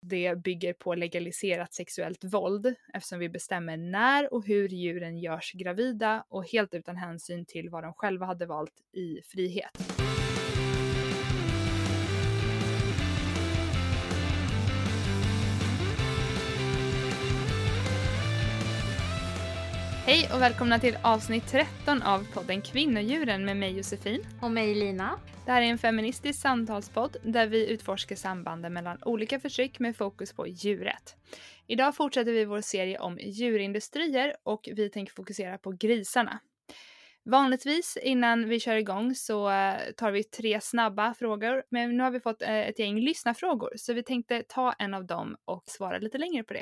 det bygger på legaliserat sexuellt våld eftersom vi bestämmer när och hur djuren görs gravida och helt utan hänsyn till vad de själva hade valt i frihet. Hej och välkomna till avsnitt 13 av podden Kvinnodjuren med mig Josefin. Och mig Lina. Det här är en feministisk samtalspodd där vi utforskar sambanden mellan olika förtryck med fokus på djurrätt. Idag fortsätter vi vår serie om djurindustrier och vi tänker fokusera på grisarna. Vanligtvis innan vi kör igång så tar vi 3 snabba frågor, men nu har vi fått ett gäng lyssnarfrågor så vi tänkte ta en av dem och svara lite längre på det.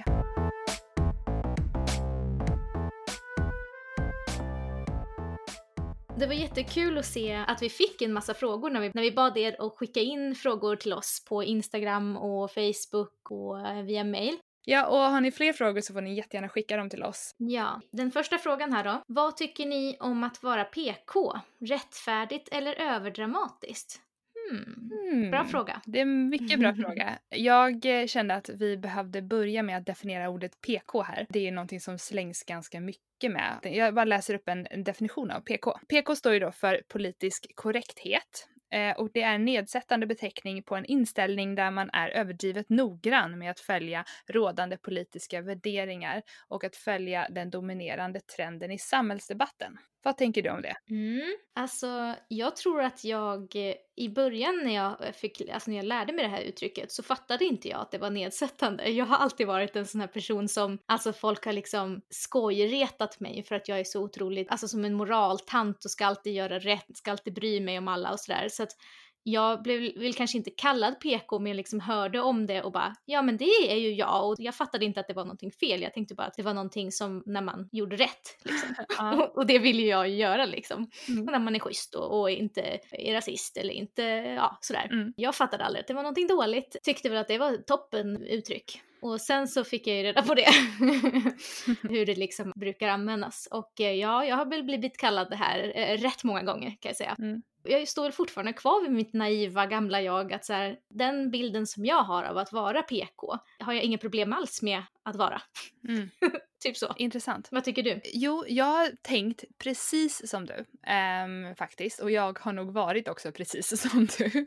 Det var jättekul att se att vi fick en massa frågor när vi bad er att skicka in frågor till oss på Instagram och Facebook och via mail. Ja, och har ni fler frågor så får ni jättegärna skicka dem till oss. Ja, den första frågan här då. Vad tycker ni om att vara PK? Rättfärdigt eller överdramatiskt? Bra fråga. Det är en mycket bra fråga. Jag kände att vi behövde börja med att definiera ordet PK här. Det är någonting som slängs ganska mycket med. Jag bara läser upp en definition av PK. PK står ju då för politisk korrekthet. Och det är en nedsättande beteckning på en inställning där man är överdrivet noggrann med att följa rådande politiska värderingar och att följa den dominerande trenden i samhällsdebatten. Vad tänker du om det? Alltså, jag tror att jag i början när jag lärde mig det här uttrycket så fattade inte jag att det var nedsättande. Jag har alltid varit en sån här person som, alltså folk har liksom skojretat mig för att jag är så otroligt, alltså som en moraltant och ska alltid göra rätt, ska alltid bry mig om alla och sådär. Så att jag blev kanske inte kallad PK, men jag liksom hörde om det och bara, ja men det är ju jag, och jag fattade inte att det var någonting fel. Jag tänkte bara att det var någonting som när man gjorde rätt liksom. Och det vill ju jag göra liksom. Och när man är schysst och inte är rasist eller inte, ja sådär. Jag fattade aldrig att det var någonting dåligt, tyckte väl att det var toppen uttryck. Och sen så fick jag ju reda på det, hur det liksom brukar användas. Och ja, jag har väl blivit kallad det här rätt många gånger kan jag säga. Jag står fortfarande kvar vid mitt naiva gamla jag, att så här, den bilden som jag har av att vara PK har jag inga problem alls med att vara. Typ så. Intressant. Vad tycker du? Jo, jag har tänkt precis som du faktiskt. Och jag har nog varit också precis som du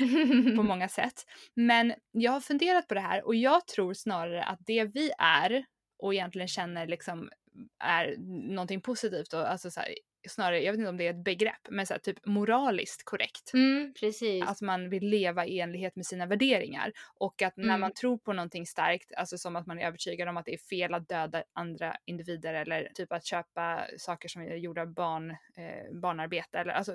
på många sätt. Men jag har funderat på det här och jag tror snarare att det vi är och egentligen känner liksom är någonting positivt. Och alltså så här, snarare, jag vet inte om det är ett begrepp, men så här, typ moraliskt korrekt. Precis. Att man vill leva i enlighet med sina värderingar. Och att när man tror på någonting starkt, alltså som att man är övertygad om att det är fel att döda andra individer eller typ att köpa saker som är gjorda av barnarbete eller alltså,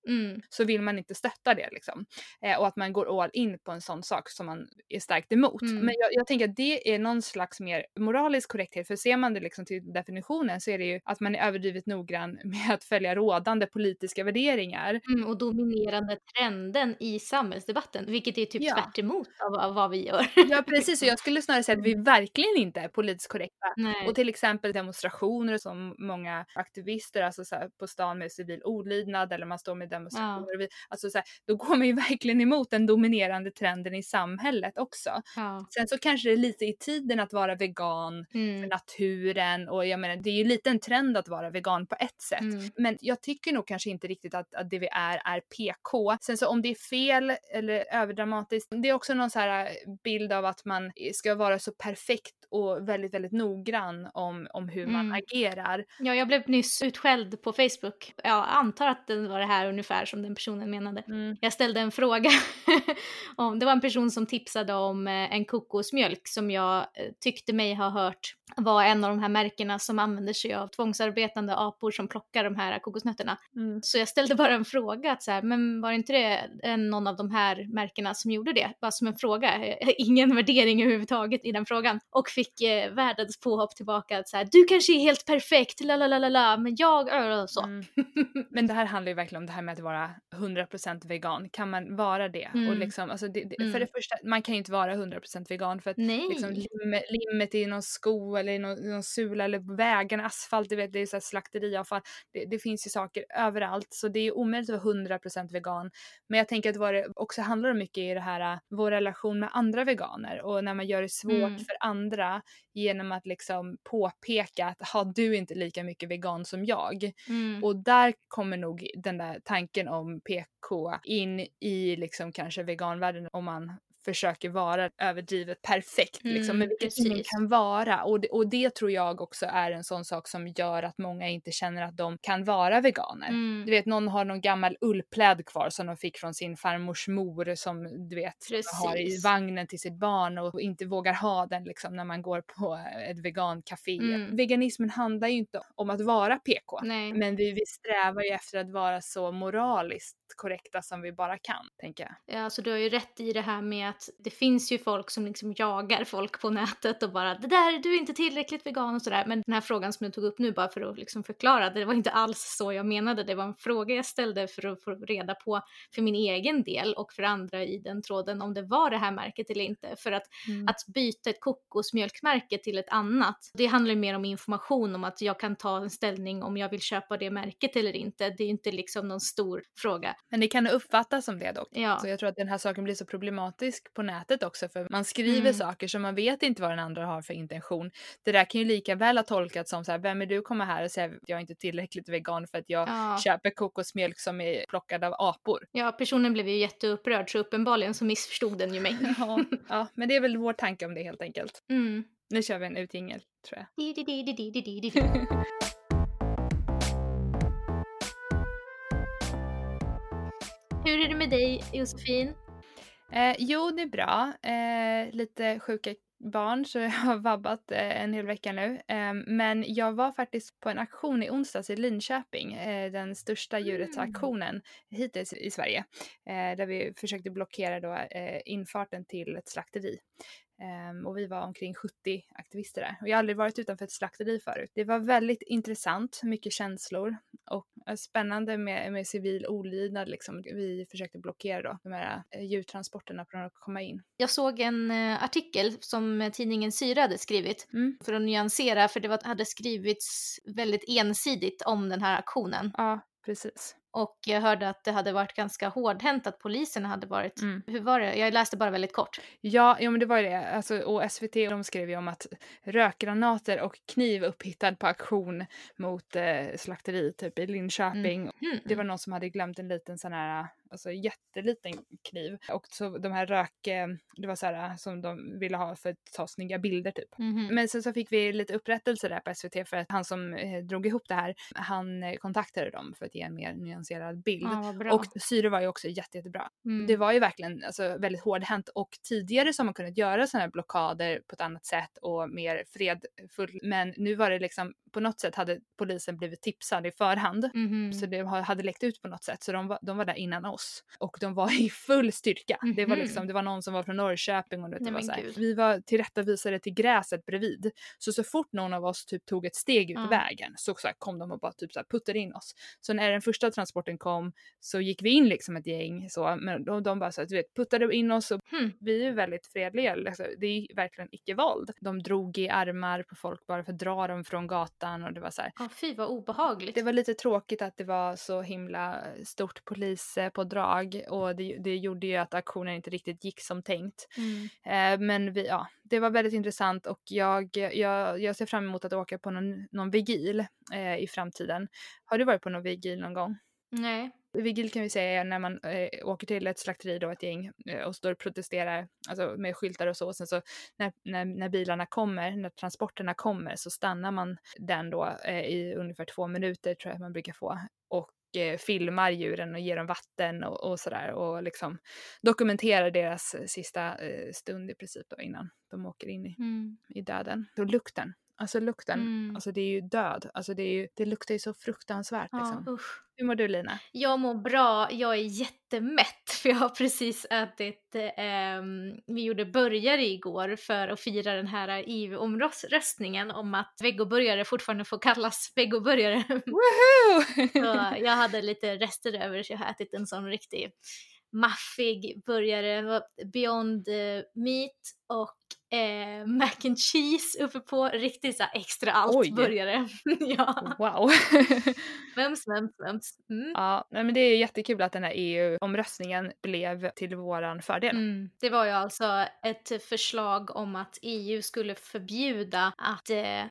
så vill man inte stötta det liksom. Och att man går all in på en sån sak som man är starkt emot. Men jag tänker att det är någon slags mer moralisk korrekthet, för ser man det liksom till definitionen så är det ju att man är överdrivet noggrann med att följa rådande politiska värderingar. Och dominerande trenden i samhällsdebatten, vilket är typ tvärt emot av vad vi gör. Ja, precis. Och jag skulle snarare säga att vi verkligen inte är politiskt korrekta. Nej. Och till exempel demonstrationer som många aktivister, alltså så här, på stan med civil olydnad eller man står med demonstrationer. Alltså så här, då går man ju verkligen emot den dominerande trenden i samhället också. Sen så kanske det är lite i tiden att vara vegan för naturen. Och jag menar, det är ju lite en trend att vara vegan på ett sätt. Men jag tycker nog kanske inte riktigt att det vi är PK. Sen så om det är fel eller överdramatiskt, det är också någon så här bild av att man ska vara så perfekt och väldigt, väldigt noggrann om hur man agerar. Ja, jag blev nyss utskälld på Facebook. Jag antar att det var det här ungefär som den personen menade. Jag ställde en fråga. Det var en person som tipsade om en kokosmjölk som jag tyckte mig ha hört var en av de här märkena som använder sig av tvångsarbetande apor som plockar de här kokosnötterna. Så jag ställde bara en fråga, att så här, men var inte det någon av de här märkena som gjorde det? Bara som en fråga, ingen värdering överhuvudtaget i den frågan. Och fick världens påhopp tillbaka, att så här, du kanske är helt perfekt, lalalala, men jag så. Men det här handlar ju verkligen om det här med att vara 100% vegan. Kan man vara det? Och liksom, alltså för det första, man kan ju inte vara 100% vegan för att liksom, limmet i någon sko eller i någon sula eller på vägen, asfalt, du vet, det är så här slakteriavfall. Det finns ju saker överallt, så det är omöjligt att vara 100% vegan. Men jag tänker att vad det också handlar om mycket är det här, vår relation med andra veganer, och när man gör det svårt för andra genom att liksom påpeka att har du inte lika mycket vegan som jag. Och där kommer nog den där tanken om PK in i liksom kanske veganvärlden, om man försöker vara överdrivet perfekt liksom, men vilket ingen kan vara, och det tror jag också är en sån sak som gör att många inte känner att de kan vara veganer. Du vet, någon har någon gammal ullpläd kvar som de fick från sin farmors mor, som du vet har i vagnen till sitt barn, och inte vågar ha den liksom när man går på ett vegancafé. Veganismen handlar ju inte om att vara PK. Nej. Men vi strävar ju efter att vara så moraliskt korrekta som vi bara kan, tänker jag. Ja, alltså du har ju rätt i det här med att det finns ju folk som liksom jagar folk på nätet och bara det där, du är inte tillräckligt vegan och sådär. Men den här frågan som du tog upp nu, bara för att liksom förklara, det var inte alls så jag menade. Det var en fråga jag ställde för att få reda på för min egen del och för andra i den tråden om det var det här märket eller inte. För att byta ett kokosmjölkmärke till ett annat, det handlar ju mer om information, om att jag kan ta en ställning om jag vill köpa det märket eller inte. Det är ju inte liksom någon stor fråga. Men det kan uppfattas som det dock. Ja. Så jag tror att den här saken blir så problematisk på nätet också, för man skriver saker som man vet inte vad den andra har för intention. Det där kan ju lika väl ha tolkats som så här: vem är du kommer här och säger att jag är inte tillräckligt vegan för att jag köper kokosmjölk som är plockad av apor. Ja, personen blev ju jätteupprörd, så uppenbarligen så missförstod den ju mig. Ja, men det är väl vår tanke om det helt enkelt. Nu kör vi en utjingel, tror jag. Hur är det med dig, Josefin? Jo, det är bra. Lite sjuka barn, så jag har vabbat en hel vecka nu. Men jag var faktiskt på en aktion i onsdags i Linköping, den största djurrättsaktionen hittills i Sverige, där vi försökte blockera då infarten till ett slakteri. Och vi var omkring 70 aktivister där. Och jag har aldrig varit utanför ett slakteri förut. Det var väldigt intressant, mycket känslor och spännande med civil olydnad liksom. Vi försökte blockera då de här djurtransporterna för att komma in. Jag såg en artikel som tidningen Syre hade skrivit för att nyansera, för det hade skrivits väldigt ensidigt om den här aktionen. Ja, precis. Och jag hörde att det hade varit ganska hårdhänt, att polisen hade varit... Hur var det? Jag läste bara väldigt kort. Ja, men det var ju det. Alltså, och SVT, de skrev ju om att rökgranater och kniv upphittad på aktion mot slakteri typ i Linköping. Det var någon som hade glömt en liten sån här, alltså jätteliten kniv. Och så de här det var så här som de ville ha för att ta snygga bilder typ. Men sen så fick vi lite upprättelse där på SVT, för att han som drog ihop det här, han kontaktade dem för att ge en mer nyanserad bild. Och Syre var ju också jättebra. Det var ju verkligen alltså, väldigt hårdhänt, och tidigare så har man kunnat göra såna här blockader på ett annat sätt och mer fredfullt. Men nu var det liksom, på något sätt hade polisen blivit tipsad i förhand. Så det hade läckt ut på något sätt. Så de var där innan oss. Och de var i full styrka. Det var liksom, det var någon som var från Norrköping och det var så här. Vi var tillrättavisade till gräset bredvid. Så fort någon av oss typ tog ett steg ut i vägen så här, kom de och bara typ så här puttade in oss. Så när den första transporten kom så gick vi in liksom ett gäng så, men de bara så att du vet, puttade in oss, och vi är ju väldigt fredliga, alltså, det är verkligen icke-våld. De drog i armar på folk bara för att dra dem från gatan, och det var så här. Ja, fy vad obehagligt. Det var lite tråkigt att det var så himla stort polispådrag, och det gjorde ju att aktionen inte riktigt gick som tänkt. Men det var väldigt intressant, och jag ser fram emot att åka på någon vigil i framtiden. Har du varit på någon vigil någon gång? Nej. Vigil kan vi säga när man åker till ett slakteri då, ett gäng, och står och protesterar alltså med skyltar och så. Sen så när bilarna kommer, när transporterna kommer, så stannar man den då i ungefär 2 minuter, tror jag man brukar få. Och filmar djuren och ger dem vatten och sådär, och liksom dokumenterar deras sista stund i princip då, innan de åker in i döden. Och lukten, alltså det är ju död, alltså det luktar ju så fruktansvärt liksom. Usch. Hur mår du, Lina? Jag mår bra, jag är jättemätt för jag har precis ätit, vi gjorde burgare igår för att fira den här EU-omröstningen om att vegoburgare fortfarande får kallas vegoburgare. Woohoo! Så jag hade lite rester över, så jag har ätit en sån riktig maffig burgare, Beyond Meat och mac and cheese uppe på, riktigt så här extra allt Oj. burgare. Ja. Wow. Mums. Ja, nej, men det är jättekul att den här EU-omröstningen blev till våran fördel. Det var ju alltså ett förslag om att EU skulle förbjuda att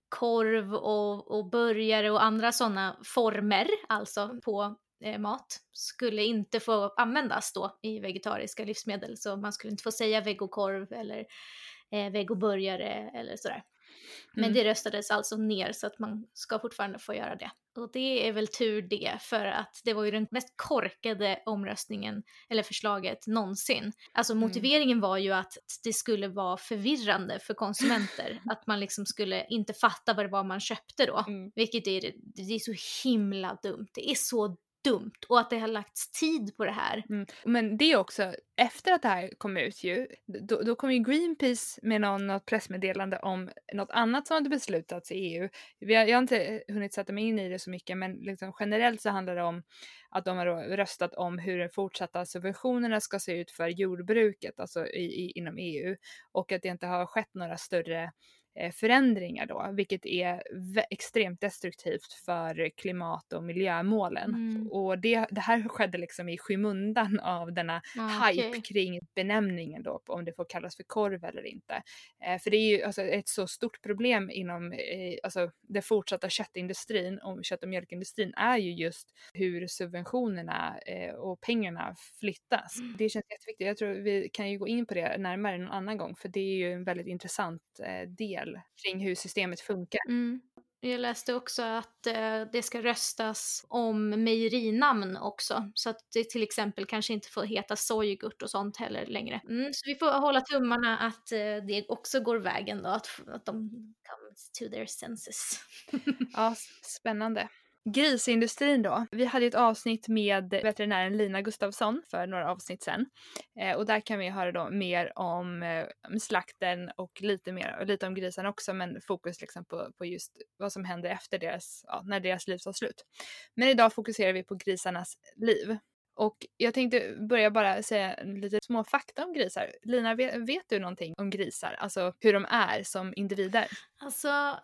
korv och burgare och andra sådana former, alltså på mat, skulle inte få användas då i vegetariska livsmedel. Så man skulle inte få säga vegokorv eller vegoburgare eller sådär. Men det röstades alltså ner, så att man ska fortfarande få göra det. Och det är väl tur det, för att det var ju den mest korkade omröstningen eller förslaget någonsin. Alltså motiveringen var ju att det skulle vara förvirrande för konsumenter. Att man liksom skulle inte fatta vad det var man köpte då. Vilket det är så himla dumt. Det är så dumt, och att det har lagts tid på det här. Men det är också, efter att det här kom ut ju, då kom ju Greenpeace med något pressmeddelande om något annat som hade beslutats i EU. Jag har inte hunnit sätta mig in i det så mycket, men liksom generellt så handlar det om att de har röstat om hur de fortsatta subventionerna ska se ut för jordbruket, alltså inom EU, och att det inte har skett några större förändringar då, vilket är extremt destruktivt för klimat- och miljömålen. Och det här skedde liksom i skymundan av denna hype kring benämningen då, om det får kallas för korv eller inte. För det är ju alltså ett så stort problem inom alltså den fortsatta köttindustrin och kött- och mjölkindustrin är ju just hur subventionerna och pengarna flyttas. Det känns jätteviktigt. Jag tror vi kan ju gå in på det närmare någon annan gång, för det är ju en väldigt intressant del kring hur systemet funkar. Jag läste också att det ska röstas om mejerinamn också, så att det till exempel kanske inte får heta sojgurt och sånt heller längre. Så vi får hålla tummarna att det också går vägen då, att de comes to their senses. Ja, spännande. Grisindustrin då. Vi hade ett avsnitt med veterinären Lina Gustafsson för några avsnitt sedan. Och där kan vi höra då mer om slakten och lite om grisarna också, men fokus liksom på just vad som händer efter när deras liv tar slut. Men idag fokuserar vi på grisarnas liv. Och jag tänkte börja bara säga lite små fakta om grisar. Lina, vet du någonting om grisar? Alltså hur de är som individer? Alltså,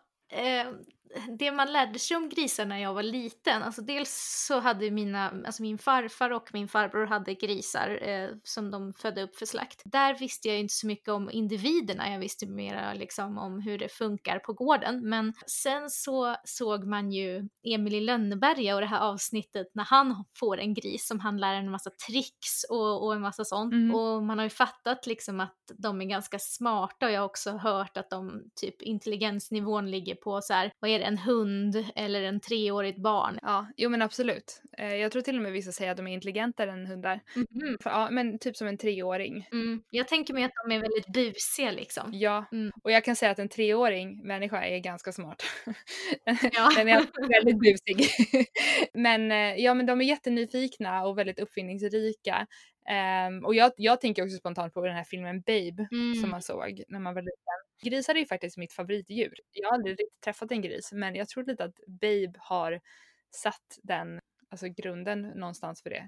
det man lärde sig om grisar när jag var liten, alltså dels så hade min farfar och min farbror hade grisar som de födde upp för slakt. Där visste jag inte så mycket om individerna, jag visste mer liksom om hur det funkar på gården. Men sen så såg man ju Emil i Lönneberga och det här avsnittet när han får en gris som han lär en massa tricks och en massa sånt. Och man har ju fattat liksom att de är ganska smarta, och jag har också hört att de typ intelligensnivån ligger på så här, vad är det, en hund eller en 3-årigt barn. Ja, jo men absolut. Jag tror till och med vissa säger att de är intelligentare än hundar. Ja, men typ som en 3-åring. Jag tänker mig att de är väldigt busiga liksom. Ja, och jag kan säga att en 3-åring människa är ganska smart. Ja. Den är väldigt busig. Men ja, men de är jättenyfikna och väldigt uppfinningsrika. Och jag tänker också spontant på den här filmen Babe som man såg när man var liten. Grisar är ju faktiskt mitt favoritdjur. Jag har aldrig riktigt träffat en gris, men jag tror lite att Babe har satt den, alltså grunden någonstans för det.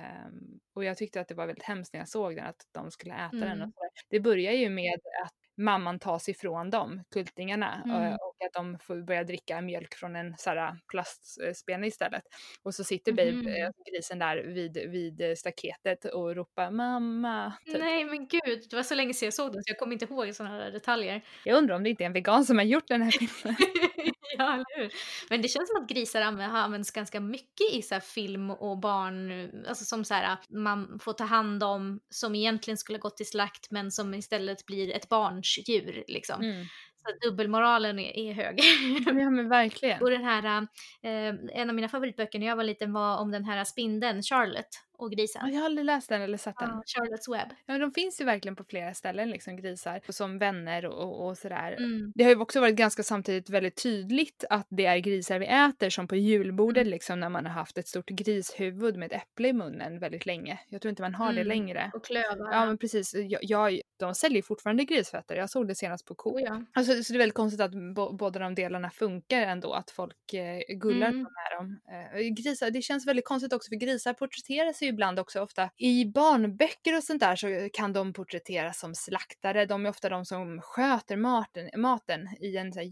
Och jag tyckte att det var väldigt hemskt när jag såg den, att de skulle äta den. Och så. Det börjar ju med att mamman tas ifrån dem, kultingarna, och att de får börja dricka mjölk från en plastspene istället. Och så sitter Babe, grisen där vid staketet och ropar mamma. Typ. Nej men gud, det var så länge sedan jag såg den så jag kommer inte ihåg sådana här detaljer. Jag undrar om det inte är en vegan som har gjort den här filmen. Ja, eller hur? Men det känns som att grisar har använts ganska mycket i så här film och barn, alltså som så här man får ta hand om, som egentligen skulle gått till slakt men som istället blir ett barnsdjur liksom. Så dubbelmoralen är hög. Ja men verkligen. Och den här, en av mina favoritböcker när jag var liten var om den här spindeln, Charlotte och grisen. Jag har aldrig läst den eller sett den. Charlotte's Web. Ja, men de finns ju verkligen på flera ställen, liksom grisar, som vänner och sådär. Det har ju också varit ganska samtidigt väldigt tydligt att det är grisar vi äter, som på julbordet liksom, när man har haft ett stort grishuvud med ett äpple i munnen väldigt länge. Jag tror inte man har det längre. Och klövar. Ja men precis, de säljer fortfarande grisfötter, jag såg det senast på Coop. Ja. Alltså, så det är väldigt konstigt att båda de delarna funkar ändå, att folk gullar med dem. Grisar, det känns väldigt konstigt också, för grisar porträtteras ju ju ibland också ofta i barnböcker och sånt där så kan de porträtteras som slaktare. De är ofta de som sköter maten i en så här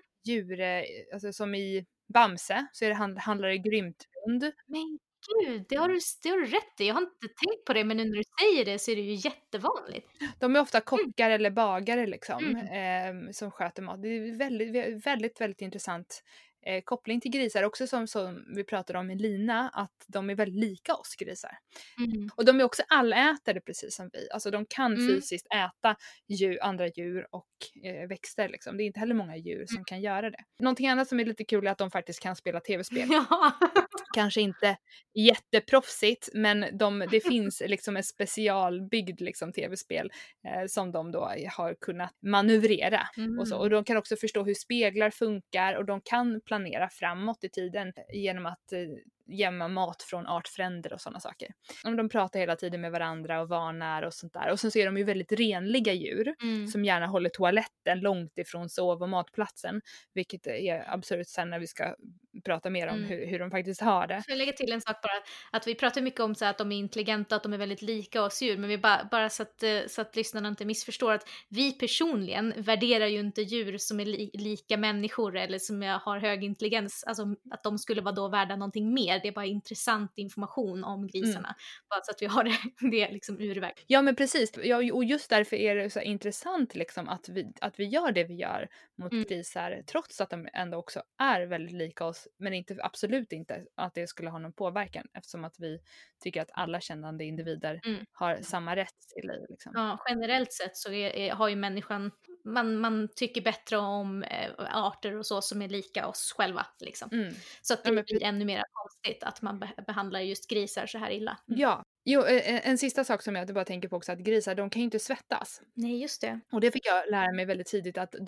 alltså som i Bamse så är handlar det Grymtrund. Men gud, det har du rätt i. Jag har inte tänkt på det, men nu när du säger det så är det ju jättevanligt. De är ofta kockar eller bagare liksom, Mm. som sköter mat. Det är väldigt, väldigt intressant koppling till grisar. Också som vi pratade om med Lina, att de är väldigt lika oss grisar. Mm. Och de är också allätare precis som vi. Alltså de kan Mm. fysiskt äta andra djur och växter liksom. Det är inte heller många djur som kan göra det. Någonting annat som är lite kul är att de faktiskt kan spela tv-spel. Ja. Kanske inte jätteproffsigt, men det finns liksom ett specialbyggd liksom tv-spel som de då har kunnat manövrera. Och så. Och de kan också förstå hur speglar funkar och de kan planera framåt i tiden genom att gömma mat från artfränder och sådana saker. Och de pratar hela tiden med varandra och varnar och sånt där. Och sen så är de ju väldigt renliga djur som gärna håller toaletten långt ifrån sov- och matplatsen. Vilket är absurt sen när vi ska prata mer om hur de faktiskt har det. Får jag lägga till en sak bara? Att vi pratar mycket om så att de är intelligenta, att de är väldigt lika oss djur, men vi bara så att lyssnarna inte missförstår att vi personligen värderar ju inte djur som är lika människor eller som har hög intelligens, alltså att de skulle vara då värda någonting mer. Det är bara intressant information om grisarna, bara så att vi har det liksom urväg. Ja men precis, ja, och just därför är det så intressant liksom att vi gör det vi gör mot grisar, trots att de ändå också är väldigt lika oss, men absolut inte att det skulle ha någon påverkan, eftersom att vi tycker att alla kännande individer har samma rätt till liv. Liksom. Ja, generellt sett så har ju människan, man tycker bättre om arter och så som är lika oss själva. Liksom. Så att det blir ännu mer konstigt att man behandlar just grisar så här illa. Ja, jo, en sista sak som jag bara tänker på också, att grisar, de kan ju inte svettas. Nej, just det. Och det fick jag lära mig väldigt tidigt, att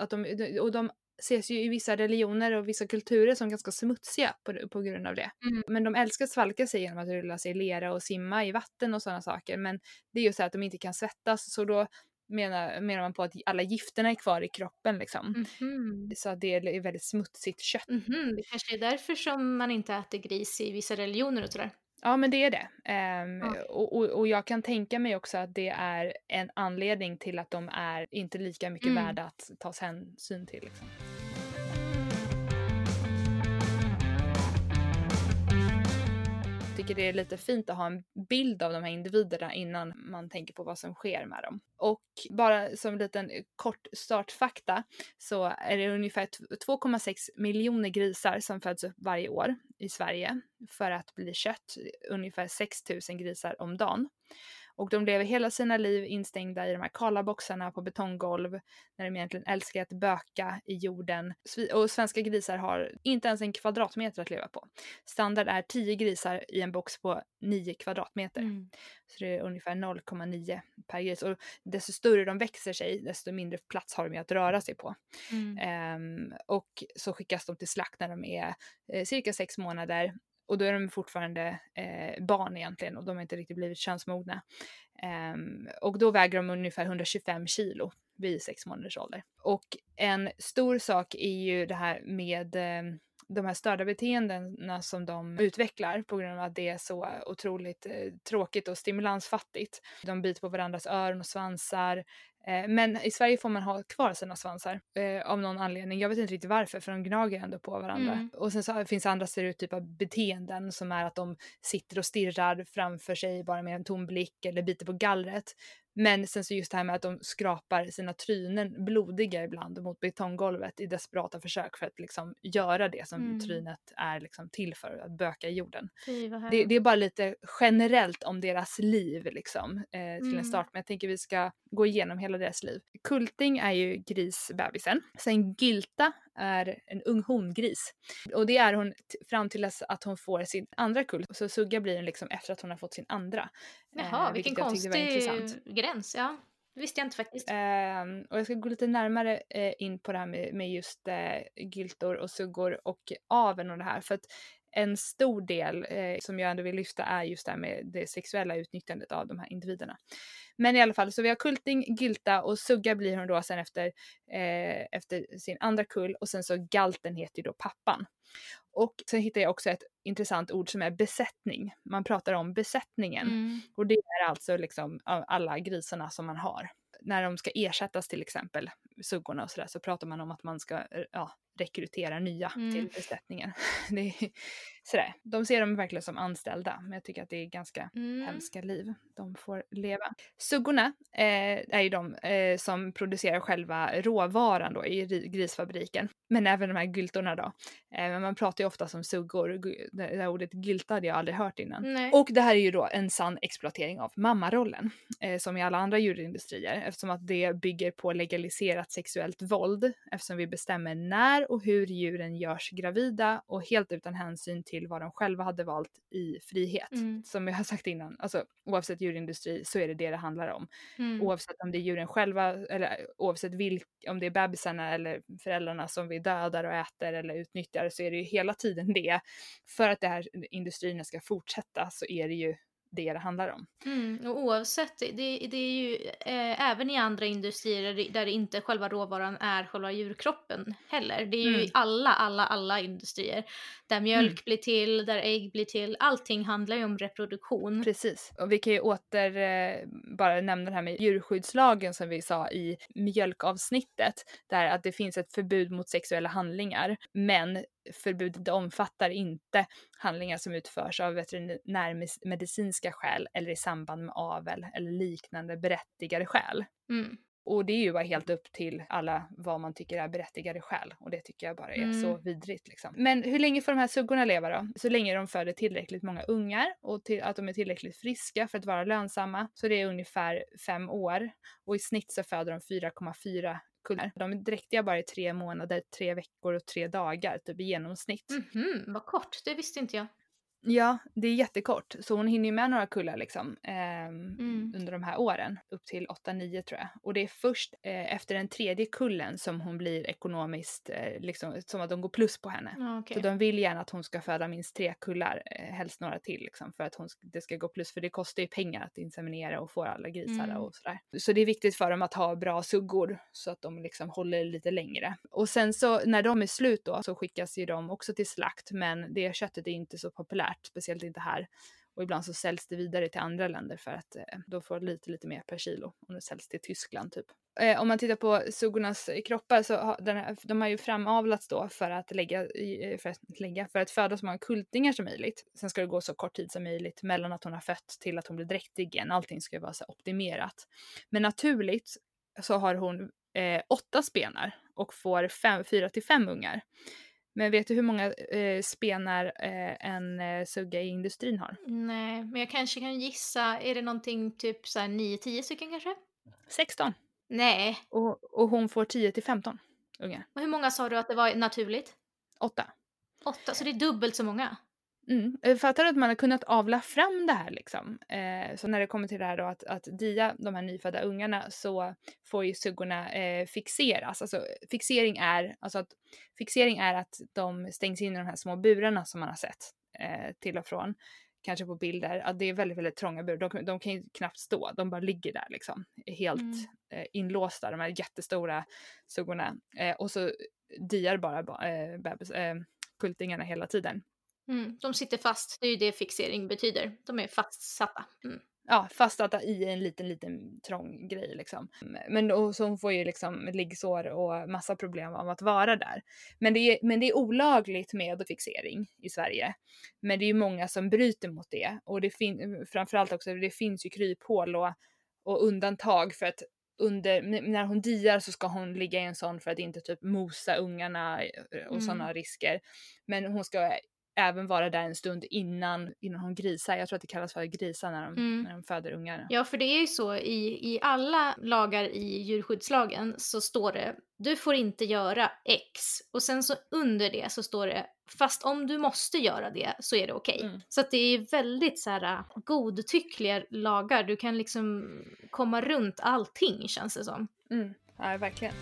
de ses ju i vissa religioner och vissa kulturer som ganska smutsiga på grund av det. Men de älskar att svalka sig genom att rulla sig i lera och simma i vatten och sådana saker. Men det är ju så att de inte kan svettas, så då menar man på att alla gifterna är kvar i kroppen liksom. Så att det är väldigt smutsigt kött. Det kanske är därför som man inte äter gris i vissa religioner och sådär. Ja men det är det. Och jag kan tänka mig också att det är en anledning till att de är inte lika mycket värda att tas hänsyn till. Liksom. Jag tycker det är lite fint att ha en bild av de här individerna innan man tänker på vad som sker med dem. Och bara som en liten kort startfakta så är det ungefär 2,6 miljoner grisar som föds upp varje år i Sverige för att bli kött. Ungefär 6 000 grisar om dagen. Och de lever hela sina liv instängda i de här kala boxarna på betonggolv när de egentligen älskar att böka i jorden. Och svenska grisar har inte ens en kvadratmeter att leva på. Standard är 10 grisar i en box på 9 kvadratmeter. Så det är ungefär 0,9 per gris. Och desto större de växer sig, desto mindre plats har de att röra sig på. Och så skickas de till slakt när de är cirka 6 månader. Och då är de fortfarande barn egentligen och de har inte riktigt blivit könsmogna. Och då väger de ungefär 125 kilo vid 6 månaders ålder. Och en stor sak är ju det här med de här störda beteendena som de utvecklar på grund av att det är så otroligt tråkigt och stimulansfattigt. De biter på varandras öron och svansar. Men i Sverige får man ha kvar sina svansar av någon anledning. Jag vet inte riktigt varför, för de gnager ändå på varandra. Och sen så finns andra stereotypa beteenden som är att de sitter och stirrar framför sig bara med en tom blick eller biter på gallret. Men sen så just det här med att de skrapar sina trynen blodiga ibland mot betonggolvet i desperata försök för att liksom göra det som trynet är liksom till för, att böka i jorden. Det är bara lite generellt om deras liv liksom, till en start. Men jag tänker vi ska gå igenom hela deras liv. Kulting är ju grisbebisen. Sen Gylta är en ung hongris. Och det är hon fram till att hon får sin andra kull. Så Sugga blir den liksom efter att hon har fått sin andra. Jaha, vilken konstig gräns. Ja, det visste jag inte faktiskt. Och jag ska gå lite närmare in på det här med just gyltor och suggor och aveln och det här. För att en stor del som jag ändå vill lyfta är just det här med det sexuella utnyttjandet av de här individerna. Men i alla fall, så vi har Kulting, Gylta och Sugga blir hon då sen efter sin andra kull, och sen så Galten heter ju då pappan. Och sen hittar jag också ett intressant ord som är besättning. Man pratar om besättningen. Och det är alltså liksom alla grisarna som man har. När de ska ersättas till exempel, suggorna och sådär, så pratar man om att man ska rekrytera nya till besättningen. Det är sådär. De ser dem verkligen som anställda, men jag tycker att det är ganska hemska liv de får leva. Suggorna är ju de som producerar själva råvaran då i grisfabriken. Men även de här gyltorna då. Men man pratar ju ofta som suggor. Det här ordet gylta hade jag aldrig hört innan. Nej. Och det här är ju då en sann exploatering av mammarollen. Som i alla andra djurindustrier. Eftersom att det bygger på legaliserat sexuellt våld. Eftersom vi bestämmer när och hur djuren görs gravida. Och helt utan hänsyn till vad de själva hade valt i frihet. Som jag har sagt innan. Alltså oavsett djurindustri så är det handlar om. Oavsett om det är djuren själva. Eller oavsett om det är bebisarna eller föräldrarna som vi dödar och äter eller utnyttjar, så är det ju hela tiden det. För att det här industrierna ska fortsätta så är det ju det handlar om. Och oavsett, det är ju även i andra industrier där det inte själva råvaran är själva djurkroppen heller. Det är ju i alla industrier. Där mjölk blir till, där ägg blir till. Allting handlar ju om reproduktion. Precis. Och vi kan ju bara nämna det här med djurskyddslagen som vi sa i mjölkavsnittet. Där att det finns ett förbud mot sexuella handlingar. Men förbudet omfattar inte handlingar som utförs av veterinärmedicinska skäl eller i samband med avel eller liknande berättigade skäl. Och det är ju bara helt upp till alla vad man tycker är berättigade skäl. Och det tycker jag bara är så vidrigt liksom. Men hur länge får de här suggorna leva då? Så länge de föder tillräckligt många ungar och att de är tillräckligt friska för att vara lönsamma. Så det är ungefär 5 år. Och i snitt så föder de 4,4 kullar. De är dräktiga bara i 3 månader, 3 veckor och 3 dagar typ i genomsnitt. Vad kort, det visste inte jag. Ja, det är jättekort. Så hon hinner ju med några kullar liksom under de här åren. Upp till 8-9 tror jag. Och det är först efter den 3:e kullen som hon blir ekonomiskt, liksom, som att de går plus på henne. Okay. Så de vill gärna att hon ska föda minst 3 kullar, helst några till liksom, för att det ska gå plus. För det kostar ju pengar att inseminera och få alla grisar och sådär. Så det är viktigt för dem att ha bra suggor så att de liksom håller lite längre. Och sen så när de är slut då så skickas ju de också till slakt. Men det köttet är inte så populärt. Speciellt inte här. Och ibland så säljs det vidare till andra länder för att då får lite mer per kilo. Om det säljs till Tyskland typ. Om man tittar på suggornas kroppar så de har ju framavlats då för att föda så många kultingar som möjligt. Sen ska det gå så kort tid som möjligt mellan att hon har fött till att hon blir dräktig igen. Allting ska ju vara så optimerat. Men naturligt så har hon 8 spenar och får 4-5 ungar. Men vet du hur många spenar en sugga i industrin har? Nej, men jag kanske kan gissa. Är det någonting typ så här 9-10 stycken kanske? 16. Nej. Och hon får 10-15 ungar. Och hur många sa du att det var naturligt? 8. 8, så det är dubbelt så många? Fattar du att man har kunnat avla fram det här liksom? Så när det kommer till det här då att dia de här nyfödda ungarna så får ju suggorna fixeras. Alltså fixering är att de stängs in i de här små burarna som man har sett till och från. Kanske på bilder. Att det är väldigt, väldigt trånga burar. De kan ju knappt stå. De bara ligger där liksom. Helt inlåsta. De här jättestora suggorna. Och så diar bara kultingarna hela tiden. De sitter fast, det är ju det fixering betyder. De är fastsatta. Ja, fastsatta i en liten trång grej liksom. Men då, så hon får ju liksom liggsår och massa problem av att vara där. Men det är olagligt med fixering i Sverige. Men det är ju många som bryter mot det. Och framförallt också, det finns ju kryphål och undantag för att när hon diar så ska hon ligga i en sån för att inte typ mosa ungarna och sådana risker. Men hon ska även vara där en stund innan hon grisar. Jag tror att det kallas för grisa när de föder ungar. Ja, för det är ju så i alla lagar i djurskyddslagen så står det du får inte göra X. Och sen så under det så står det fast om du måste göra det så är det okej. Så att det är väldigt så här godtyckliga lagar. Du kan liksom komma runt allting känns det som. Ja, verkligen.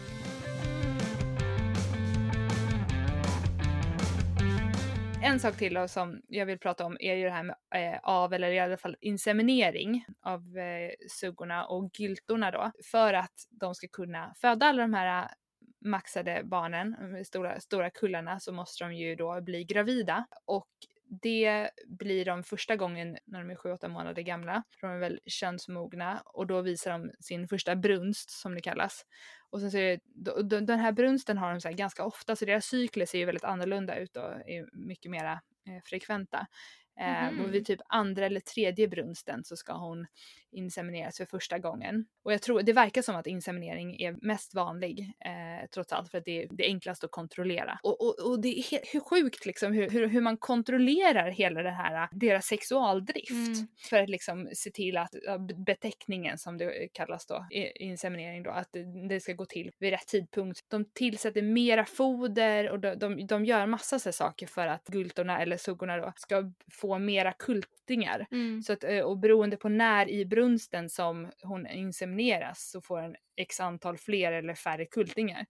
en sak till då, som jag vill prata om är ju det här med av eller i alla fall inseminering av suggorna och gyltorna då. För att de ska kunna föda alla de här maxade barnen, stora kullarna, så måste de ju då bli gravida. Och det blir de första gången när de är 7-8 månader gamla. De är väl könsmogna och då visar de sin första brunst som det kallas. Och sen så är det, den här brunsten har de så här ganska ofta, så deras cykler ser ju väldigt annorlunda ut och är mycket mera frekventa. Och vid typ andra eller tredje brunsten så ska hon insemineras för första gången. Och jag tror, det verkar som att inseminering är mest vanlig trots allt, för att det är enklast att kontrollera. Och det är hur sjukt liksom hur man kontrollerar hela det här, deras sexualdrift. För att liksom se till att beteckningen, som det kallas då, inseminering då, att det ska gå till vid rätt tidpunkt. De tillsätter mera foder och de gör massa så saker för att gyltorna eller suggorna då ska få mera kultingar. Så att, och beroende på när i brunsten som hon insemineras så får en x antal fler eller färre kultingar.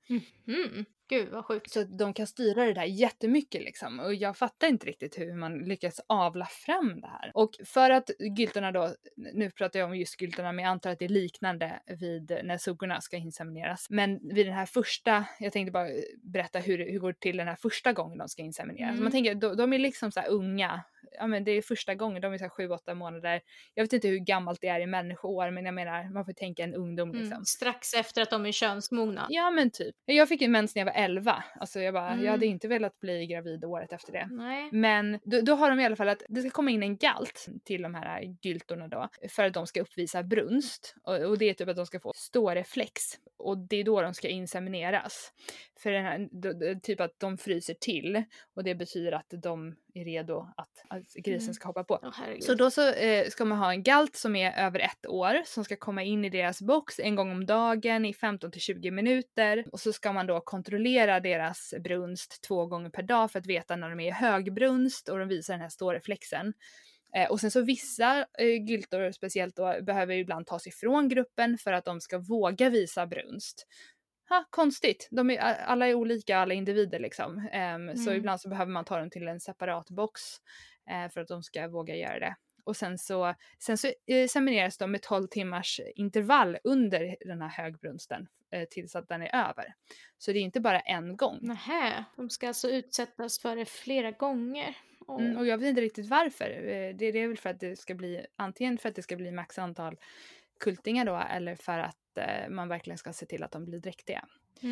Gud vad sjukt. Så att de kan styra det där jättemycket liksom. Och jag fattar inte riktigt hur man lyckas avla fram det här. Och för att gyltorna då, nu pratar jag om just gyltorna, men jag antar att det är liknande vid när suggorna ska insemineras. Men vid den här första, jag tänkte bara berätta hur går det till den här första gången de ska insemineras. Man tänker, de är liksom så här unga. Ja, men det är första gången, de är så här 7-8 månader. Jag vet inte hur gammalt det är i människoår, men jag menar, man får tänka en ungdom liksom. Strax efter att de är könsmogna. Ja men typ. Jag fick en mens när jag var 11. Alltså jag hade inte velat bli gravid året efter det. Nej. Men då har de i alla fall att det ska komma in en galt till de här gyltorna då. För att de ska uppvisa brunst. Och det är typ att de ska få ståreflex. Och det är då de ska insemineras. För den här, typ att de fryser till. Och det betyder att de är redo att grisen ska hoppa på. Så då så ska man ha en galt som är över 1 år. Som ska komma in i deras box en gång om dagen i 15-20 minuter. Och så ska man då kontrollera deras brunst 2 gånger per dag för att veta när de är i högbrunst. Och de visar den här ståreflexen. Och sen så vissa gyltor speciellt då behöver ibland tas ifrån gruppen för att de ska våga visa brunst. Konstigt. Alla är olika, alla individer liksom. Så ibland så behöver man ta dem till en separat box för att de ska våga göra det. Och sen så semineras de med 12 timmars intervall under den här högbrunsten tills att den är över. Så det är inte bara en gång. Nähä, de ska alltså utsättas för det flera gånger. Och jag vet inte riktigt varför. Det är väl för att det ska bli, antingen för att det ska bli max antal kultingar då, eller för att man verkligen ska se till att de blir dräktiga.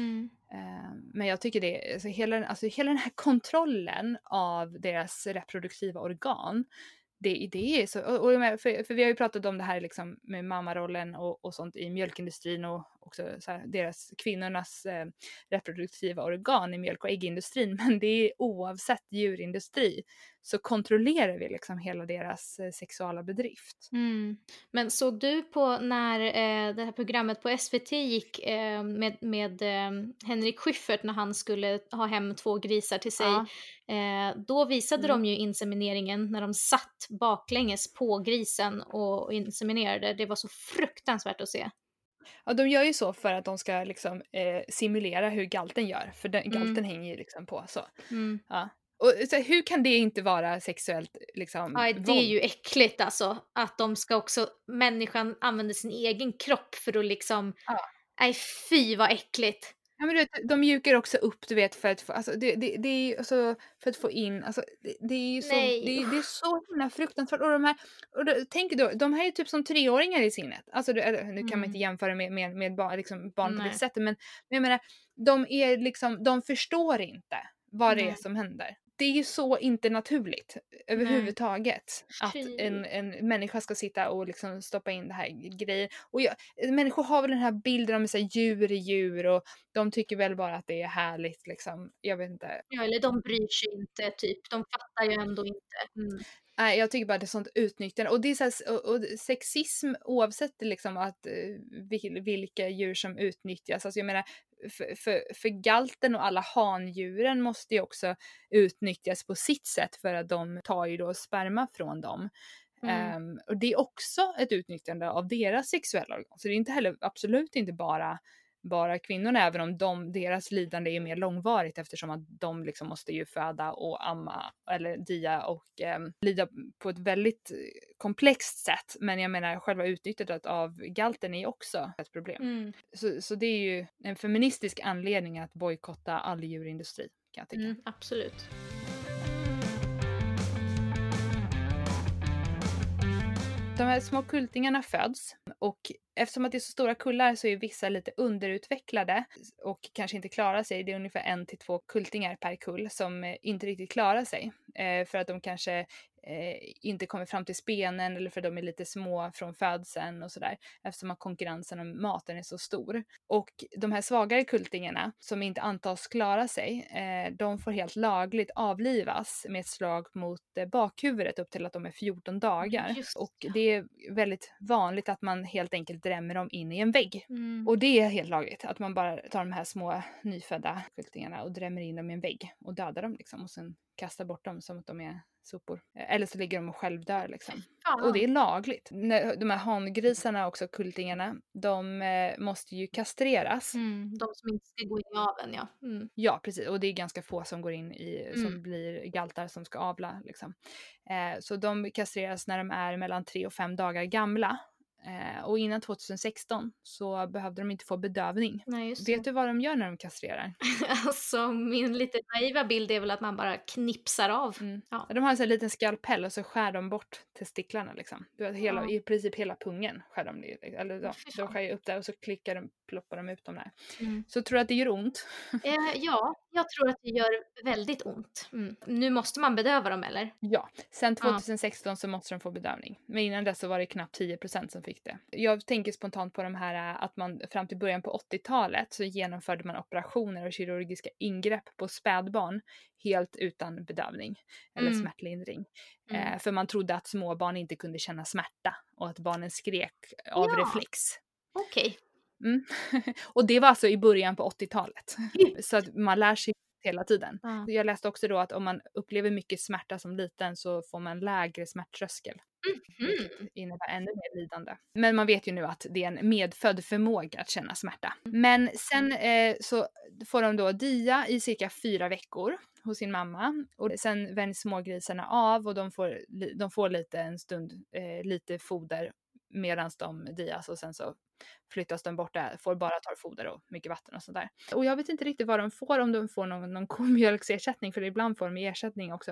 Men jag tycker det, hela den här kontrollen av deras reproduktiva organ, det är så, för vi har ju pratat om det här liksom med mammarollen och sånt i mjölkindustrin och också så här, kvinnornas reproduktiva organ i mjölk- och äggindustrin, men det är oavsett djurindustri så kontrollerar vi liksom hela deras sexuella bedrift. Men såg du på när det här programmet på SVT gick med Henrik Schyffert när han skulle ha hem 2 grisar till sig? Då visade de ju insemineringen när de satt baklänges på grisen och inseminerade. Det var så fruktansvärt att se. Ja, de gör ju så för att de ska liksom simulera hur galten gör, för galten hänger ju liksom på så. Ja. Och så hur kan det inte vara sexuellt liksom? Ja, det är ju äckligt alltså, att människan använder sin egen kropp för att liksom, nej fy vad äckligt. Ja men du vet, de mjukar också upp, du vet, för att få, alltså det är ju alltså, för att få in, alltså det är ju så, det är så himla fruktansvärt. Och tänk då, de här är typ som 3-åringar i sinnet. Alltså nu kan man inte jämföra med barn på det sättet, men jag menar, de förstår inte vad det är som händer. Det är ju så inte naturligt överhuvudtaget att en människa ska sitta och liksom stoppa in det här grejer. Och människor har väl den här bilden om så här, djur är djur och de tycker väl bara att det är härligt liksom. Jag vet inte. Ja, eller de bryr sig inte typ. De fattar ju ändå inte. Nej, jag tycker bara det är sånt utnyttjande. Och det är så här, och sexism oavsett liksom att vilka djur som utnyttjas. Alltså jag menar, för galten och alla handjuren måste ju också utnyttjas på sitt sätt, för att de tar ju då sperma från dem. Och det är också ett utnyttjande av deras sexuella organ. Så det är inte heller, absolut inte bara bara kvinnorna, även om deras lidande är mer långvarigt eftersom att de liksom måste ju föda och amma eller dia och lida på ett väldigt komplext sätt. Men jag menar, själva utnyttjandet av galten är också ett problem. Så det är ju en feministisk anledning att bojkotta all djurindustri, kan jag tycka. Absolut. De här små kultingarna föds och eftersom att det är så stora kullar så är vissa lite underutvecklade och kanske inte klarar sig. Det är ungefär 1 till 2 kultingar per kull som inte riktigt klarar sig. För att de kanske inte kommer fram till spenen eller för att de är lite små från födseln och sådär. Eftersom att konkurrensen om maten är så stor. Och de här svagare kultingarna som inte antas klara sig, de får helt lagligt avlivas med ett slag mot bakhuvudet upp till att de är 14 dagar. Och det är väldigt vanligt att man helt enkelt drämmer dem in i en vägg. Och det är helt lagligt att man bara tar de här små nyfödda kultingarna och drämmer in dem i en vägg och dödar dem liksom och sen kastar bort dem som att de är sopor. Eller så ligger de och självdör liksom. Och det är lagligt. De här hangrisarna också, kultingarna, de måste ju kastreras. De som inte ska gå in i aveln, ja. Ja, precis. Och det är ganska få som går in i, som blir galtar som ska avla liksom. Så de kastreras när de är mellan 3 och 5 dagar gamla. Och innan 2016 så behövde de inte få bedövning. Nej, Vet du vad de gör när de kastrerar? Alltså min lite naiva bild är väl att man bara knipsar av. Ja. De har en sån här liten skalpell och så skär de bort testiklarna liksom. I princip hela pungen skär de det. Eller de skär ju upp där och så ploppar de ut dem där. Så tror du att det gör ont? Ja, jag tror att det gör väldigt ont. Nu måste man bedöva dem eller? Ja, sen 2016 så måste de få bedövning. Men innan dess så var det knappt 10% som fick det. Jag tänker spontant på de här att man fram till början på 80-talet så genomförde man operationer och kirurgiska ingrepp på spädbarn helt utan bedövning eller smärtlindring. För man trodde att småbarn inte kunde känna smärta och att barnen skrek av reflex. Okej. Och det var alltså i början på 80-talet. Så att man lär sig hela tiden. Jag läste också då att om man upplever mycket smärta som liten så får man lägre smärttröskel. Vilket innebär ännu mer lidande. Men man vet ju nu att det är en medfödd förmåga att känna smärta. Men sen så får de då dia i cirka 4 veckor hos sin mamma. Och sen vänds smågrisarna av och de får lite en stund lite foder medan de dias och sen så flyttas de bort där, får bara torrfoder och mycket vatten och sånt där. Och jag vet inte riktigt vad de får, om de får någon komjölksersättning, för ibland får de ersättning också.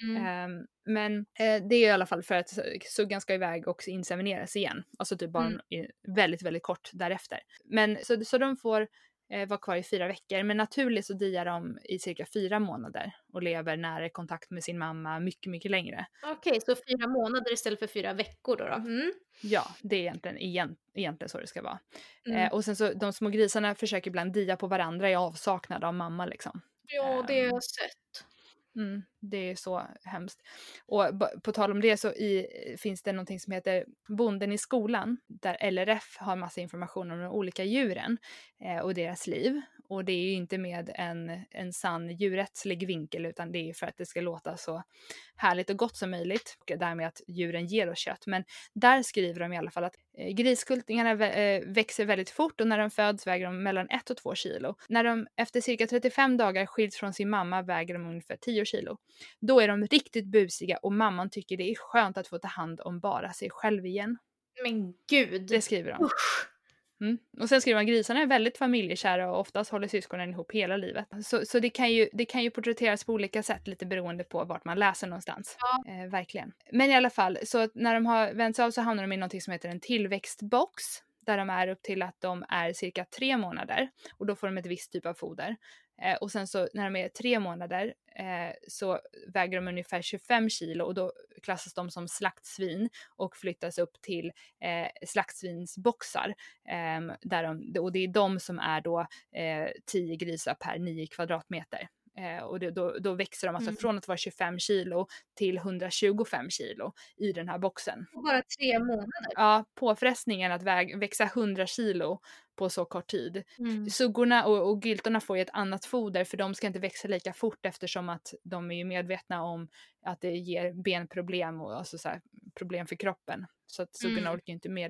Men det är i alla fall för att suggan ska iväg och insemineras igen. Alltså typ bara väldigt, väldigt kort därefter. Men så de får vara kvar i 4 veckor. Men naturligt så diar de i cirka 4 månader och lever nära kontakt med sin mamma mycket, mycket längre. Okej, så 4 månader istället för 4 veckor då? Ja, det är egentligen så det ska vara. Och sen så de små grisarna försöker ibland dia på varandra i avsaknad av mamma liksom. Ja, det har jag sett. Det är så hemskt. Och på tal om det så finns det någonting som heter Bonden i skolan, där LRF har massa information om de olika djuren och deras liv. Och det är ju inte med en sann djurrättslig vinkel, utan det är för att det ska låta så härligt och gott som möjligt. Och därmed att djuren ger oss kött. Men där skriver de i alla fall att griskultingarna växer väldigt fort och när de föds väger de mellan 1 och 2 kilo. När de efter cirka 35 dagar skiljs från sin mamma väger de ungefär 10 kilo. Då är de riktigt busiga och mamman tycker det är skönt att få ta hand om bara sig själv igen. Men gud! Det skriver de. Och sen skriver man grisarna är väldigt familjekära och oftast håller syskonen ihop hela livet. Så det kan ju porträtteras på olika sätt lite beroende på vart man läser någonstans. Verkligen. Men i alla fall, så att när de har vänts av så hamnar de i något som heter en tillväxtbox. Där de är upp till att de är cirka 3 månader. Och då får de ett visst typ av foder. Och sen så när de är 3 månader så väger de ungefär 25 kilo och då klassas de som slaktsvin och flyttas upp till slaktsvinsboxar. Och det är de som är då 10 grisar per 9 kvadratmeter. Och då växer de alltså från att vara 25 kilo till 125 kilo i den här boxen. Bara 3 månader? Ja, påfrestningen att växa 100 kilo på så kort tid. Suggorna och gyltorna får ju ett annat foder för de ska inte växa lika fort eftersom att de är ju medvetna om att det ger benproblem och alltså så här, problem för kroppen. Så att suggorna orkar inte med det då.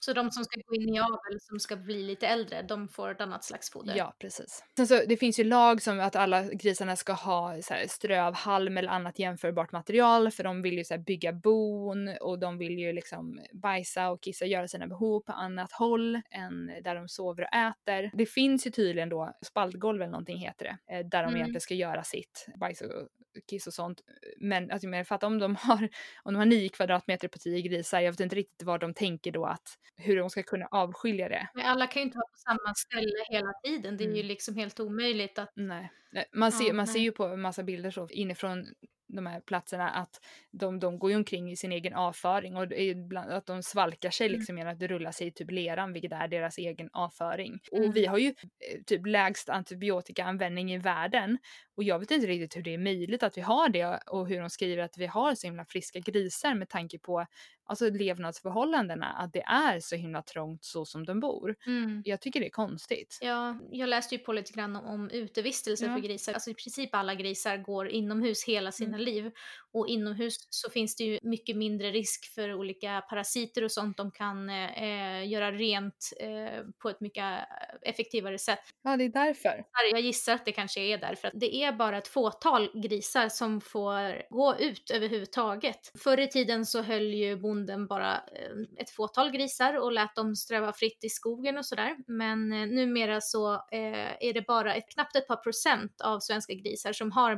Så de som ska gå in i avel, som ska bli lite äldre, de får ett annat slags foder? Ja, precis. Sen så, det finns ju lag som att alla grisarna ska ha så här, strö av halm eller annat jämförbart material, för de vill ju så här, bygga bon och de vill ju liksom bajsa och kissa, göra sina behov på annat håll än där de sover och äter. Det finns ju tydligen då spaltgolv eller någonting heter det, där de egentligen ska göra sitt bajs och kiss och sånt. Men alltså, jag fattar om de har 9 kvadratmeter på 10 grisar, jag vet inte riktigt vad de tänker då, att hur de ska kunna avskilja det. Men alla kan ju inte vara på samma ställe hela tiden. Det är ju liksom helt omöjligt att... Nej. Man ser ju på en massa bilder så inifrån de här platserna att de går ju omkring i sin egen avföring och det är ibland att de svalkar sig liksom genom att det rullar sig i typ leran, vilket är deras egen avföring. Och vi har ju typ lägst antibiotikaanvändning i världen och jag vet inte riktigt hur det är möjligt att vi har det och hur de skriver att vi har så himla friska grisar med tanke på alltså levnadsförhållandena, att det är så himla trångt så som de bor. Jag tycker det är konstigt. Ja, jag läste ju på lite grann om utevistelse för grisar. Alltså i princip alla grisar går inomhus hela sina liv. Och inomhus så finns det ju mycket mindre risk för olika parasiter och sånt. De kan göra rent på ett mycket effektivare sätt. Ja, det är därför. Jag gissar att det kanske är därför att det är bara ett fåtal grisar som får gå ut överhuvudtaget. Förr i tiden så höll ju bonden bara ett fåtal grisar och lät dem ströva fritt i skogen och sådär. Men numera så är det bara knappt ett par procent av svenska grisar som har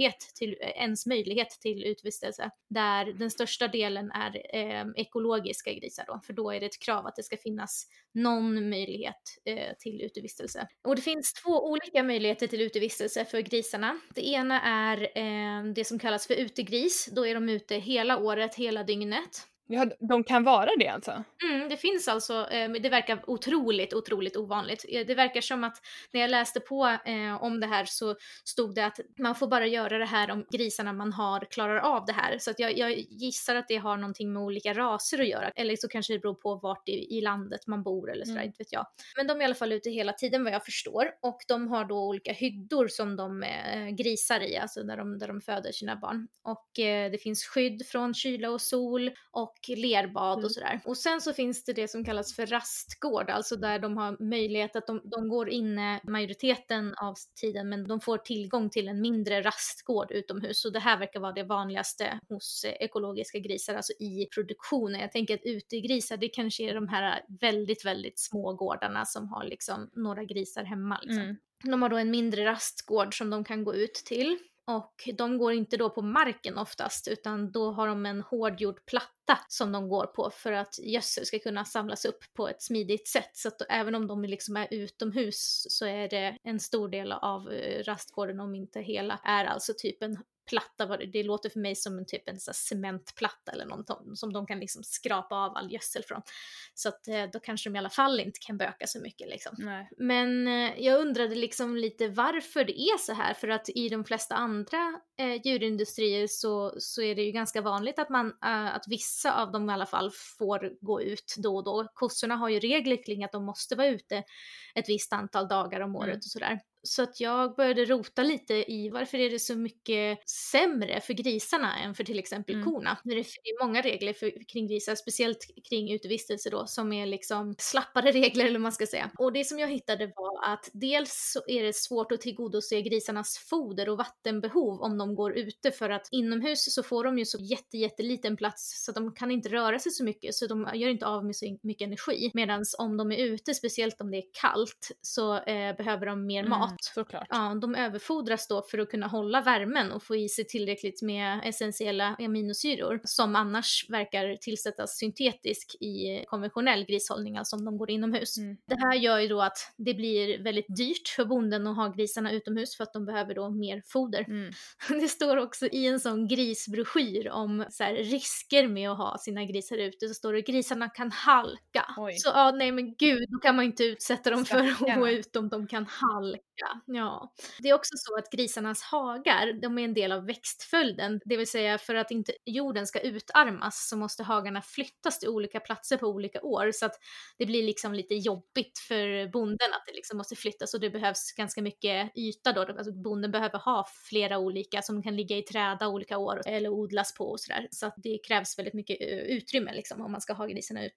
möjlighet till utvistelse. Där den största delen är ekologiska grisar då. För då är det ett krav att det ska finnas någon möjlighet till utevistelse. Och det finns 2 olika möjligheter till utevistelse för grisarna. Det ena är det som kallas för utegris. Då är de ute hela året, hela dygnet. Ja, de kan vara det alltså? Det finns alltså, det verkar otroligt ovanligt. Det verkar som att när jag läste på om det här så stod det att man får bara göra det här om grisarna man har klarar av det här. Så att jag gissar att det har någonting med olika raser att göra. Eller så kanske det beror på vart i landet man bor eller sådär, inte vet jag. Men de är i alla fall ute hela tiden vad jag förstår. Och de har då olika hyddor som de grisar i, alltså där de föder sina barn. Och det finns skydd från kyla och sol och lerbad och sådär. Och sen så finns det som kallas för rastgård, alltså där de har möjlighet att de går inne majoriteten av tiden, men de får tillgång till en mindre rastgård utomhus. Och det här verkar vara det vanligaste hos ekologiska grisar, alltså i produktionen. Jag tänker att utegrisar, det kanske är de här väldigt, väldigt små gårdarna som har liksom några grisar hemma liksom. De har då en mindre rastgård som de kan gå ut till. Och de går inte då på marken oftast, utan då har de en hårdgjord platta som de går på för att gödsel ska kunna samlas upp på ett smidigt sätt. Så att även om de liksom är utomhus så är det en stor del av rastgården, om inte hela, är alltså typ en platta. Det låter för mig som typ en cementplatta eller något som de kan liksom skrapa av all gödsel från. Så att då kanske de i alla fall inte kan böka så mycket liksom. Nej. Men jag undrade liksom lite varför det är så här, för att i de flesta andra djurindustrier så är det ju ganska vanligt att vissa av dem i alla fall får gå ut då och då. Kossorna har ju regler kring att de måste vara ute ett visst antal dagar om året och sådär. Så att jag började rota lite i varför är det så mycket sämre för grisarna än för till exempel korna. Det är många regler kring grisar, speciellt kring utevistelse då, som är liksom slappare regler eller man ska säga. Och det som jag hittade var att dels så är det svårt att tillgodose grisarnas foder- och vattenbehov om de går ute, för att inomhus så får de ju så jätteliten plats så de kan inte röra sig så mycket, så de gör inte av med så mycket energi. Medan om de är ute, speciellt om det är kallt, så behöver de mer mat. Såklart. Ja, de överfodras då för att kunna hålla värmen och få i sig tillräckligt med essentiella aminosyror som annars verkar tillsättas syntetiskt i konventionell grishållning, alltså om de går inomhus. Det här gör ju då att det blir väldigt dyrt för bonden att ha grisarna utomhus för att de behöver då mer foder. Det står också i en sån grisbroschyr om så här, risker med att ha sina grisar ute, så står det grisarna kan halka. Oj. Så ja, nej men gud, då kan man inte utsätta dem för att gå ut om de kan halka. Ja. Det är också så att grisarnas hagar, de är en del av växtföljden. Det vill säga, för att inte jorden ska utarmas så måste hagarna flyttas till olika platser på olika år. Så att det blir liksom lite jobbigt för bonden att det liksom måste flyttas, och det behövs ganska mycket yta då. Alltså bonden behöver ha flera olika som kan ligga i träda olika år eller odlas på och sådär. Så att det krävs väldigt mycket utrymme liksom om man ska ha grisarna ute.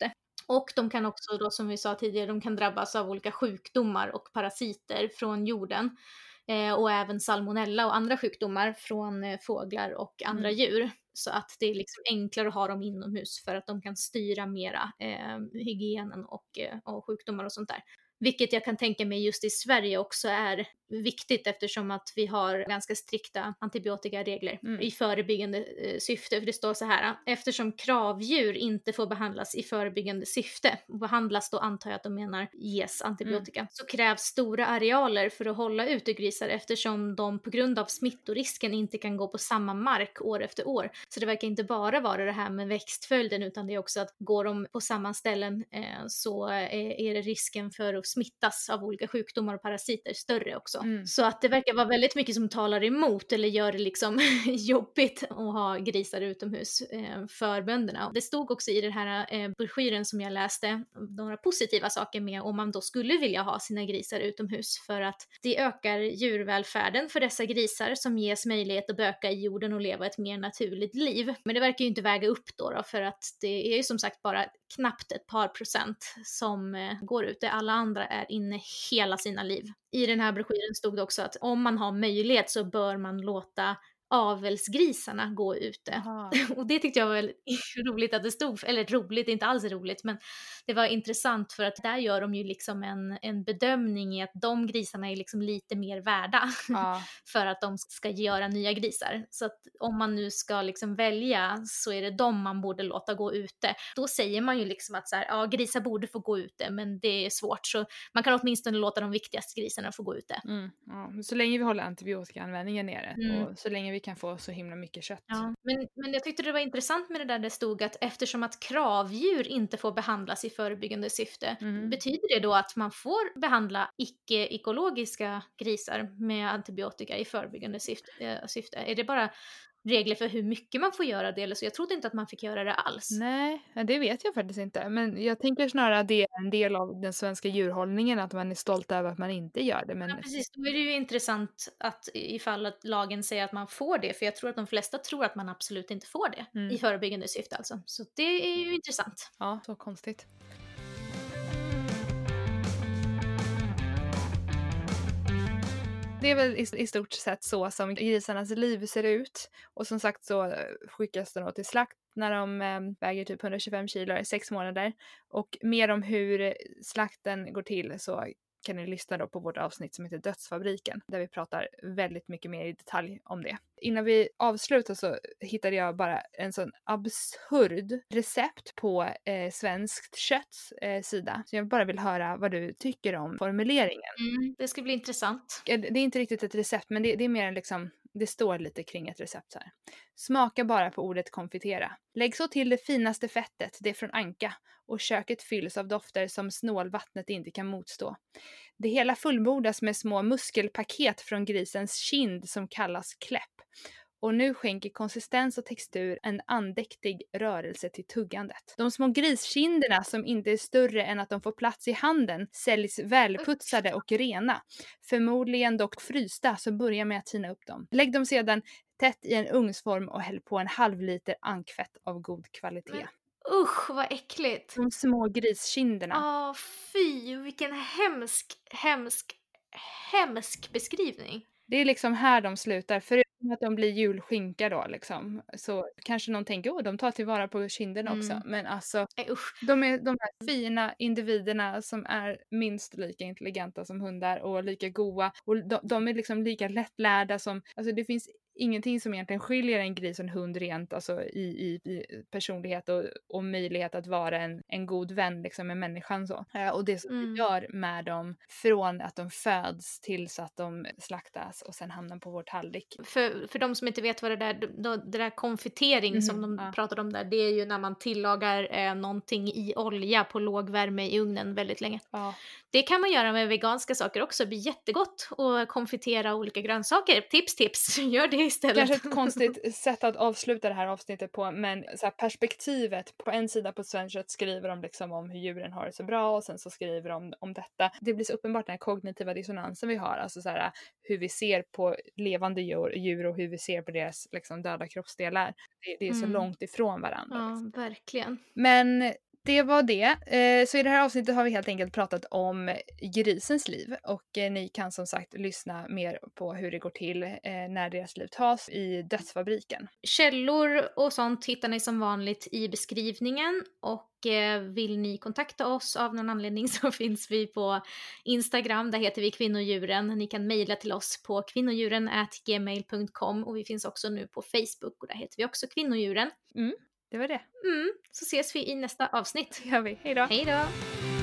Och de kan också då, som vi sa tidigare, de kan drabbas av olika sjukdomar och parasiter från jorden. Och även salmonella och andra sjukdomar från fåglar och andra djur. Så att det är liksom enklare att ha dem inomhus för att de kan styra mera hygienen och sjukdomar och sånt där. Vilket jag kan tänka mig just i Sverige också är viktigt eftersom att vi har ganska strikta antibiotikaregler i förebyggande syfte. För det står så här: eftersom kravdjur inte får behandlas i förebyggande syfte, och behandlas då antar jag att de menar ges antibiotika, så krävs stora arealer för att hålla ute grisar eftersom de på grund av smittorisken inte kan gå på samma mark år efter år. Så det verkar inte bara vara det här med växtföljden, utan det är också att går de på samma ställen så är det risken för att smittas av olika sjukdomar och parasiter större också. Så att det verkar vara väldigt mycket som talar emot eller gör det liksom jobbigt att ha grisar utomhus för bönderna. Det stod också i den här broschyren som jag läste några positiva saker med om man då skulle vilja ha sina grisar utomhus, för att det ökar djurvälfärden för dessa grisar som ges möjlighet att böka i jorden och leva ett mer naturligt liv. Men det verkar ju inte väga upp då för att det är ju som sagt bara knappt ett par procent som går ute. Alla andra är inne hela sina liv. I den här broschyren stod det också att om man har möjlighet så bör man låta avelsgrisarna gå ute. Och det tyckte jag var väldigt roligt att det stod, eller roligt, inte alls roligt, men det var intressant för att där gör de ju liksom en bedömning i att de grisarna är liksom lite mer värda för att de ska göra nya grisar. Så att om man nu ska liksom välja så är det de man borde låta gå ute. Då säger man ju liksom att så här, ja, grisar borde få gå ute, men det är svårt, så man kan åtminstone låta de viktigaste grisarna få gå ute. Så länge vi håller antibiotikaanvändningen nere och så länge vi kan få så himla mycket kött. Ja, men jag tyckte det var intressant med det där det stod att eftersom att kravdjur inte får behandlas i förebyggande syfte, betyder det då att man får behandla icke-ekologiska grisar med antibiotika i förebyggande syfte? Är det bara regler för hur mycket man får göra det eller så? Jag trodde inte att man fick göra det alls. Nej, det vet jag faktiskt inte. Men jag tänker snarare att det är en del av den svenska djurhållningen, att man är stolt över att man inte gör det. Men... Ja, precis. Då är det ju intressant att ifall att lagen säger att man får det, för jag tror att de flesta tror att man absolut inte får det i förebyggande syfte alltså. Så det är ju intressant. Ja, så konstigt. Det är väl i stort sett så som grisarnas liv ser ut. Och som sagt så skickas de då till slakt när de väger typ 125 kilo i 6 månader. Och mer om hur slakten går till så kan ni lyssna då på vårt avsnitt som heter Dödsfabriken, där vi pratar väldigt mycket mer i detalj om det. Innan vi avslutar så hittade jag bara en sån absurd recept på Svenskt Kötts sida. Så jag bara vill höra vad du tycker om formuleringen. Det ska bli intressant. Det är inte riktigt ett recept, men det är mer liksom, det står lite kring ett recept så här. Smaka bara på ordet konfitera. Lägg så till det finaste fettet, det är från anka, och köket fylls av dofter som snålvattnet inte kan motstå. Det hela fullbordas med små muskelpaket från grisens kind som kallas kläpp. Och nu skänker konsistens och textur en andäktig rörelse till tuggandet. De små griskinderna som inte är större än att de får plats i handen säljs välputsade och rena. Förmodligen dock frysta, så börja med att tina upp dem. Lägg dem sedan tätt i en ugnsform och häll på en halv liter ankfett av god kvalitet. Usch, vad äckligt. De små griskinderna. Fy, vilken hemsk beskrivning. Det är liksom här de slutar, förutom att de blir julskinka då liksom. Så kanske någon tänker, de tar tillvara på kinden också. Men alltså, de är de här fina individerna som är minst lika intelligenta som hundar och lika goa. Och de är liksom lika lättlärda som, alltså det finns ingenting som egentligen skiljer en gris och en hund rent alltså i personlighet och möjlighet att vara en god vän liksom med människan så. Och det som vi gör med dem från att de föds tills att de slaktas och sen hamnar på vår tallrik. För de som inte vet vad det där konfitering som de pratade om där, det är ju när man tillagar någonting i olja på låg värme i ugnen väldigt länge. Ja. Det kan man göra med veganska saker också, det blir jättegott att konfitera olika grönsaker. Tips, gör det istället. Kanske ett konstigt sätt att avsluta det här avsnittet på, men så här, perspektivet på en sida på Svenskt Kött skriver de liksom om hur djuren har det så bra och sen så skriver de om detta. Det blir så uppenbart den här kognitiva dissonansen vi har, alltså så här, hur vi ser på levande djur och hur vi ser på deras liksom döda kroppsdelar. Det är så långt ifrån varandra. Ja, verkligen. Men det var det. Så i det här avsnittet har vi helt enkelt pratat om grisens liv och ni kan som sagt lyssna mer på hur det går till när deras liv tas i dödsfabriken. Källor och sånt hittar ni som vanligt i beskrivningen och vill ni kontakta oss av någon anledning så finns vi på Instagram, där heter vi Kvinnodjuren. Ni kan mejla till oss på kvinnodjuren@gmail.com och vi finns också nu på Facebook och där heter vi också Kvinnodjuren. Det var det. Så ses vi i nästa avsnitt. Det gör vi. Hej då! Hej då!